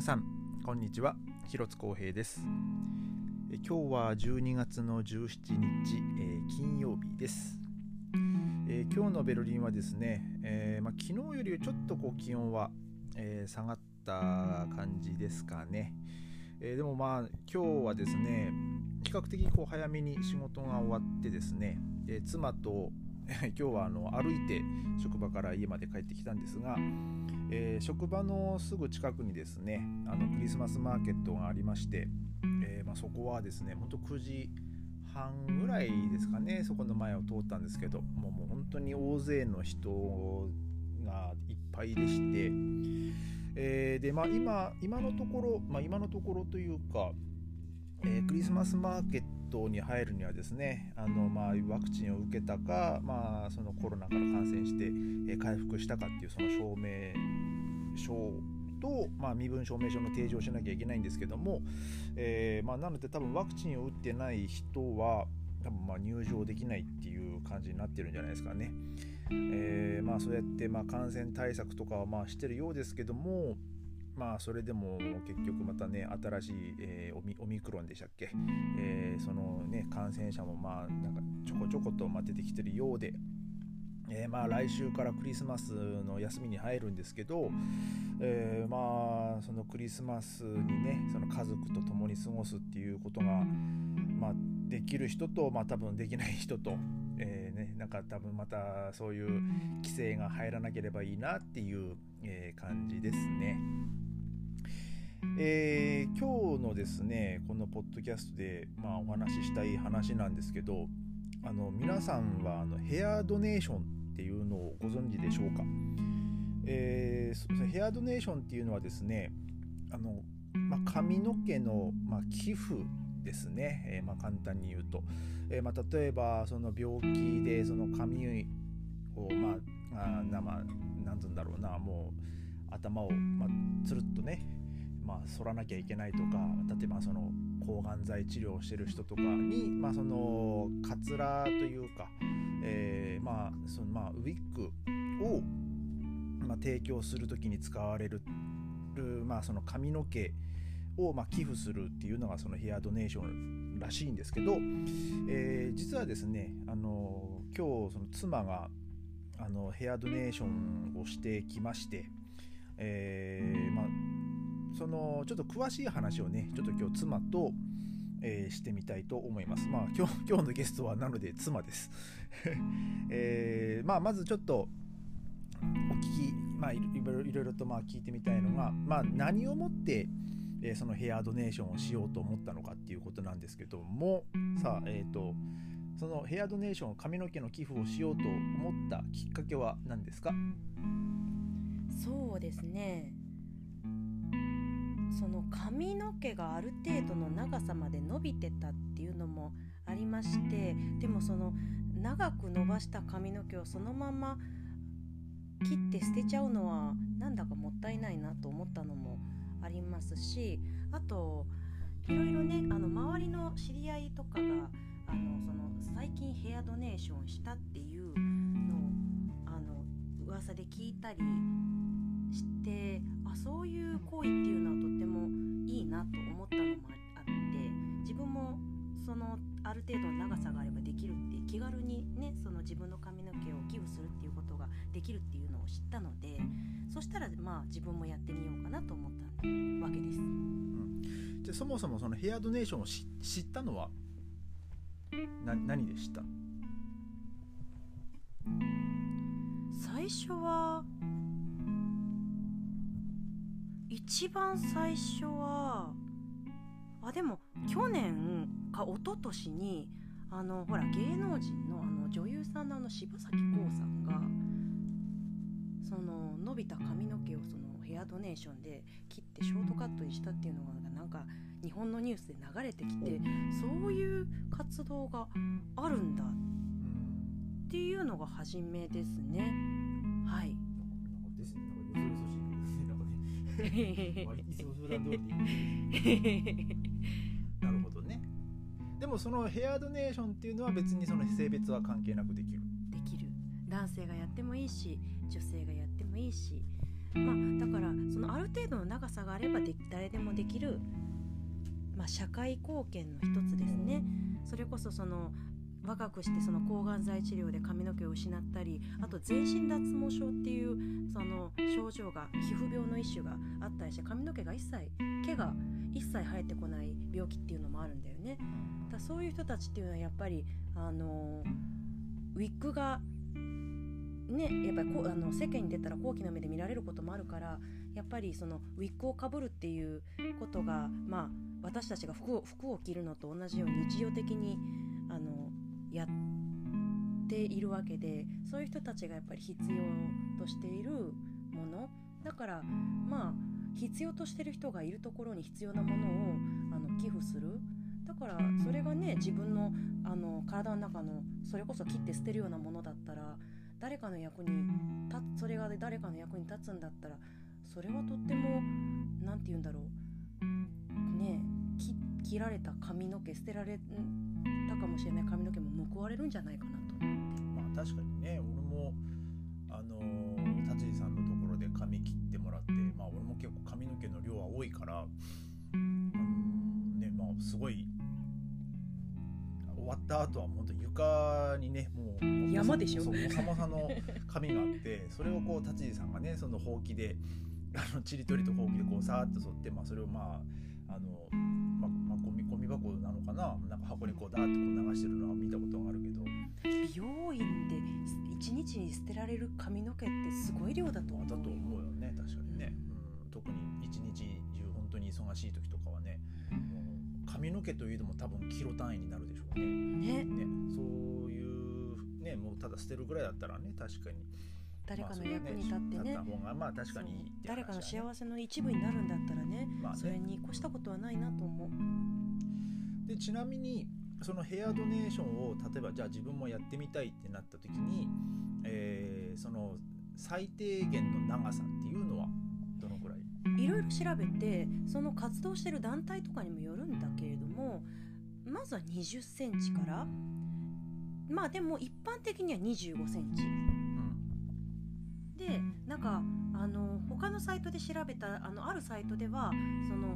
さんこんにちは、広津光平です。今日は12月の17日、金曜日です。今日のベルリンはですね、昨日よりちょっと気温は、下がった感じですかね。でも今日はですね、比較的早めに仕事が終わってですね、妻と今日は歩いて職場から家まで帰ってきたんですが、職場のすぐ近くにですね、クリスマスマーケットがありまして、そこはですね、本当9時半ぐらいですかね、そこの前を通ったんですけど、もう本当に大勢の人がいっぱいでして、で今のところというか、クリスマスマーケットに入るにはですね、ワクチンを受けたか、そのコロナから感染して、回復したかっていうその証明書と、身分証明書の提示をしなきゃいけないんですけども、なので多分ワクチンを打ってない人は多分入場できないっていう感じになってるんじゃないですかね。そうやって感染対策とかはしてるようですけども、それでも結局またね、新しい、オミクロンでしたっけ、そのね感染者もなんかちょこっと出てきてるようで、来週からクリスマスの休みに入るんですけど、そのクリスマスにね、その家族と共に過ごすっていうことが、できる人と、多分できない人と、なんか多分またそういう規制が入らなければいいなっていう、感じですね。今日のですね、このポッドキャストで、お話ししたい話なんですけど、皆さんはヘアドネーションっていうのをご存知でしょうか。ヘアドネーションっていうのはですね、髪の毛の、寄付ですね。簡単に言うと、例えばその病気でその髪をなんて言うんだろうな、もう頭を、つるっとね、剃らなきゃいけないとか、例えばその抗がん剤治療をしてる人とかに、そのカツラというか、そのウィッグを、提供するときに使われる、その髪の毛を寄付するっていうのがそのヘアドネーションらしいんですけど、実はですね、今日その妻がヘアドネーションをしてきまして、そのちょっと詳しい話をね、ちょっと今日妻と、してみたいと思います。今日のゲストはなので妻です。まずちょっとお聞き、いろいろと聞いてみたいのが、何をもって、そのヘアドネーションをしようと思ったのかっていうことなんですけども、そのヘアドネーション、髪の毛の寄付をしようと思ったきっかけは何ですか？ そうですね、その髪の毛がある程度の長さまで伸びてたっていうのもありまして、でもその長く伸ばした髪の毛をそのまま切って捨てちゃうのはなんだかもったいないなと思ったのもありますし、あといろいろね、周りの知り合いとかがその最近ヘアドネーションしたっていうのを噂で聞いたりして、そういう行為っていうのはとってもいいなと思ったのもあって、自分もそのある程度の長さがあればできるって、気軽にね、その自分の髪の毛を寄付するっていうことができるっていうのを知ったので、そしたら自分もやってみようかなと思ったわけです。 じゃあそもそもそのヘアドネーションを知ったのは何でした？ 最初は、一番最初はでも去年か一昨年に芸能人の女優さんの柴咲コウさんがその伸びた髪の毛をそのヘアドネーションで切ってショートカットにしたっていうのがなんか日本のニュースで流れてきて、そういう活動があるんだっていうのが初めですね。はい。 ですね、よそよそしいですね、なんかね。いつも普段通り。なるほどね。でもそのヘアドネーションっていうのは別にその性別は関係なくできる。 男性がやってもいいし、女性がやってもいいし、 だからそのある程度の長さがあれば誰でもできる、社会貢献の一つですね。それこそその若くしてその抗がん剤治療で髪の毛を失ったり、あと全身脱毛症っていうその症状が、皮膚病の一種があったりして、髪の毛が毛が一切生えてこない病気っていうのもあるんだよね。だそういう人たちっていうのはやっぱりウィッグがね、やっぱり世間に出たら高貴な目で見られることもあるから、やっぱりそのウィッグをかぶるっていうことが、私たちが服を着るのと同じように日常的にやっているわけで、そういう人たちがやっぱり必要としているものだから、必要としている人がいるところに必要なものを寄付する。だからそれがね、自分の体の中のそれこそ切って捨てるようなものだったら、それが誰かの役に立つんだったら、それはとってもなんて言うんだろうね、切られた髪の毛、捨てられたかもしれない髪の毛も報われるんじゃないかなと思って。 確かにね、俺も達治さんのところで髪切ってもらって、俺も結構髪の毛の量は多いから、すごい終わった後は本当に床にね、もう山でしょ、 もさもさの髪があってそれをこう達治さんがね、そのほうきでちりとりとほうきでこうさーっと剃って、それをゴミ箱なのかな、なんか箱にこうダーッとこう流してるのは見たことがあるけど、 美容院で1日に捨てられる髪の毛ってすごい量だと思うよ。 だと思うよね、確かにね、特に一日中本当に忙しい時とかはね、髪の毛というのも多分キロ単位になるでしょうね。そういうね、もうただ捨てるぐらいだったらね、確かに誰かの役に立ってね、 確かに誰かの幸せの一部になるんだったらね、それに越したことはないなと思う。 でちなみにそのヘアドネーションを例えばじゃあ自分もやってみたいってなった時に、その最低限の長さっていうのはどのくらい？ いろいろ調べて、その活動してる団体とかにもよるんだけれども、まずは20センチから、でも一般的には25センチ、でなんか他のサイトで調べたあるサイトでは、その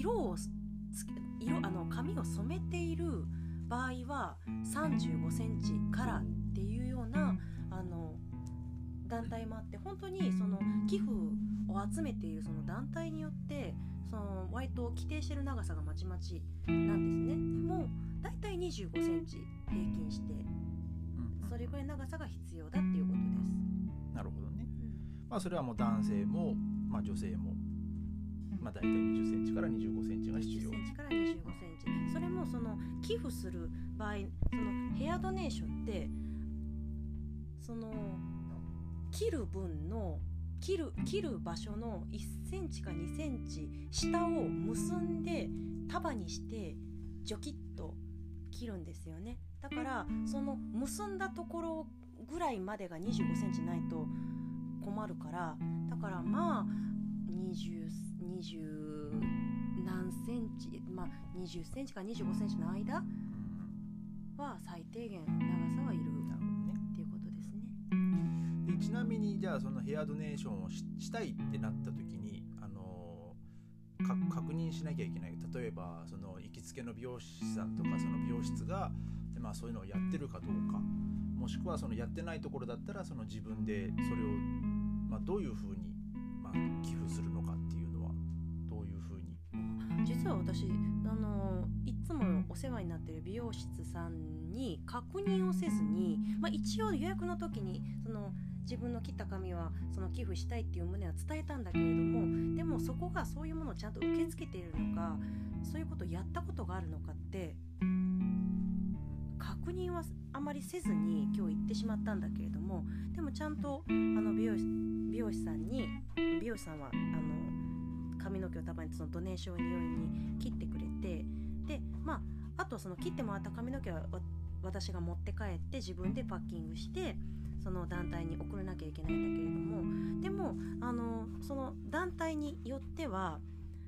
髪を染めている場合は35センチからっていうような団体もあって、本当にその寄付を集めているその団体によってその割と規定している長さがまちまちなんですね。でもだいたい25センチ平均して、それぐらい長さが必要だっていうことです。 なるほどね。それはもう男性も、女性も、だいたい20センチから25センチが必要。 20センチから25センチ。それもその寄付する場合、そのヘアドネーションってその切る分の切る場所の1センチか2センチ下を結んで束にしてジョキッと切るんですよね。だからその結んだところぐらいまでが25センチないと困るから、だから20何センチ、20センチから25センチの間は最低限長さはいるっていうことですね。 でちなみにじゃあそのヘアドネーションを したいってなった時に確認しなきゃいけない。例えばその行きつけの美容師さんとかその美容室が、そういうのをやってるかどうか、もしくはそのやってないところだったらその自分でそれを、どういうふうに、寄付するのかっていうのはどういうふうに。 実は私いつもお世話になっている美容室さんに確認をせずに、一応予約の時にその自分の切った髪はその寄付したいっていう旨は伝えたんだけれども、でもそこがそういうものをちゃんと受け付けているのか、そういうことをやったことがあるのかって確認はあまりせずに今日行ってしまったんだけれども、でもちゃんと美容師さんは髪の毛を束ねてそのドネーション用に切ってくれて、であとはその切ってもらった髪の毛は私が持って帰って自分でパッキングしてその団体に送らなきゃいけないんだけれども、でもその団体によっては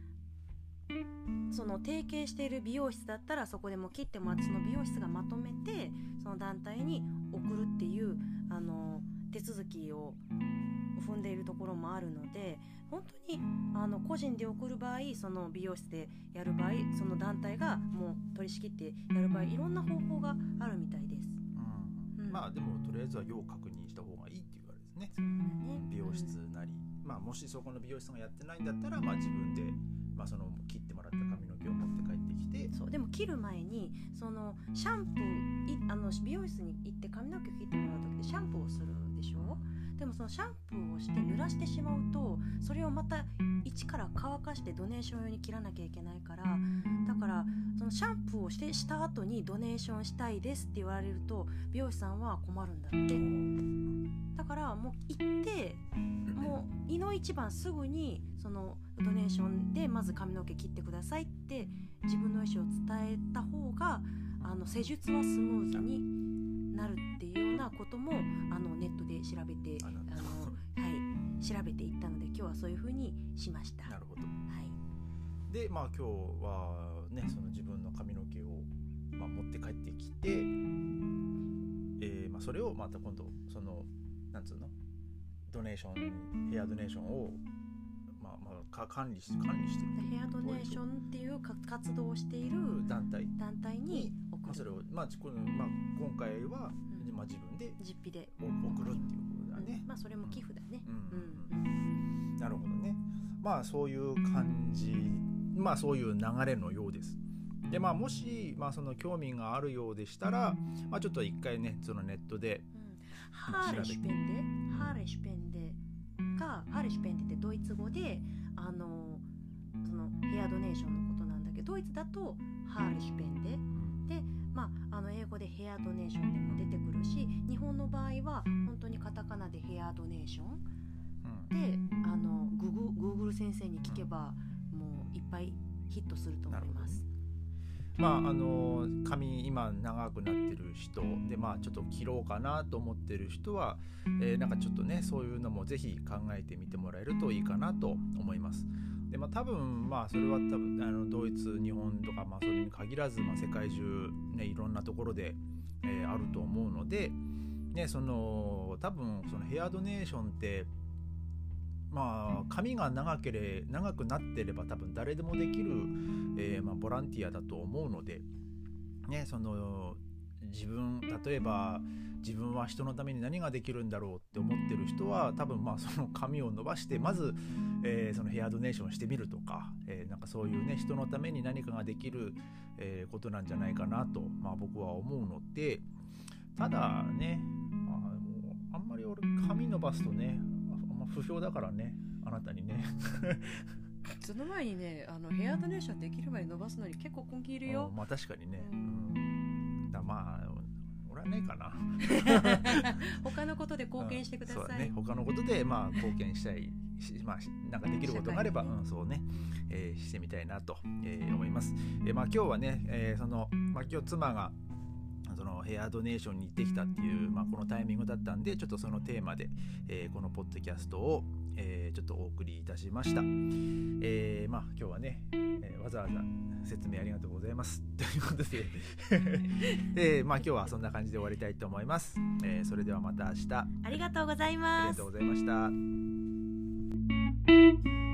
その提携している美容室だったらそこでも切ってもらって、その美容室がまとめてその団体に送るっていう手続きを踏んでいるところもあるので、本当に個人で送る場合、その美容室でやる場合、その団体がもう取り仕切ってやる場合、いろんな方法があるみたいです。 まあでもとりあえずは要確認した方がいいっていうあれですね。美容室なり、もしそこの美容室がやってないんだったら、自分で、その切ってもらった髪の毛を持って帰ってきて、 そうでも切る前にそのシャンプー美容室に行って髪の毛切ってもらう時ってシャンプーをするでしょ。でもそのシャンプーをして濡らしてしまうと、それをまた一から乾かしてドネーション用に切らなきゃいけないから、だからそのシャンプーをした後にドネーションしたいですって言われると美容師さんは困るんだって。だからもう行ってもういの一番すぐにそのドネーションでまず髪の毛切ってくださいって自分の意思を伝えた方が施術はスムーズになるっていうようなこともネットで調べて調べていったので、今日はそういう風にしました。 なるほど。で今日はね、その自分の髪の毛を、持って帰ってきて、それをまた今度そのなんつうのドネーションヘアドネーションを管理してるヘアドネーションっていう活動をしている団体に送る。 それを今回は、自分で実費で送るっていうことだね。 それも寄付だね。 なるほどね。そういう感じ、そういう流れのようです。でもし、その興味があるようでしたら、ちょっと一回ねそのネットで、 ハーレシュペンデがハーレシュペンデってドイツ語でそのヘアドネーションのことなんだけど、ドイツだとハーレシュペンデで、英語でヘアドネーションでも出てくるし、日本の場合は本当にカタカナでヘアドネーションで、Google 先生に聞けばもういっぱいヒットすると思います。 髪今長くなってる人で、ちょっと切ろうかなと思ってる人は、なんかちょっとねそういうのもぜひ考えてみてもらえるといいかなと思います。で多分それは多分ドイツ日本とかそれに限らず、世界中ねいろんなところで、あると思うので、ね、多分そのヘアドネーションって髪が長くなってれば多分誰でもできる、ボランティアだと思うので、ね、例えば自分は人のために何ができるんだろうって思ってる人は多分その髪を伸ばしてまず、そのヘアドネーションしてみるとか、なんかそういうね人のために何かができる、ことなんじゃないかなと、僕は思うので、ただね、あんまり俺髪伸ばすとね不評だからね、あなたにねその前にねヘアドネーションできる前に伸ばすのに結構根気いるよ。 確かにね、俺はねえかな他のことで貢献してください。 そうだね、他のことで貢献したいし、なんかできることがあれば、そうね、してみたいなと、思います。今日はね、今日妻がそのヘアドネーションに行ってきたっていう、このタイミングだったんで、ちょっとそのテーマで、このポッドキャストを、ちょっとお送りいたしました。今日はね、わざわざ説明ありがとうございますということで今日はそんな感じで終わりたいと思います。それではまた明日。 ありがとうございます。 ありがとうございました。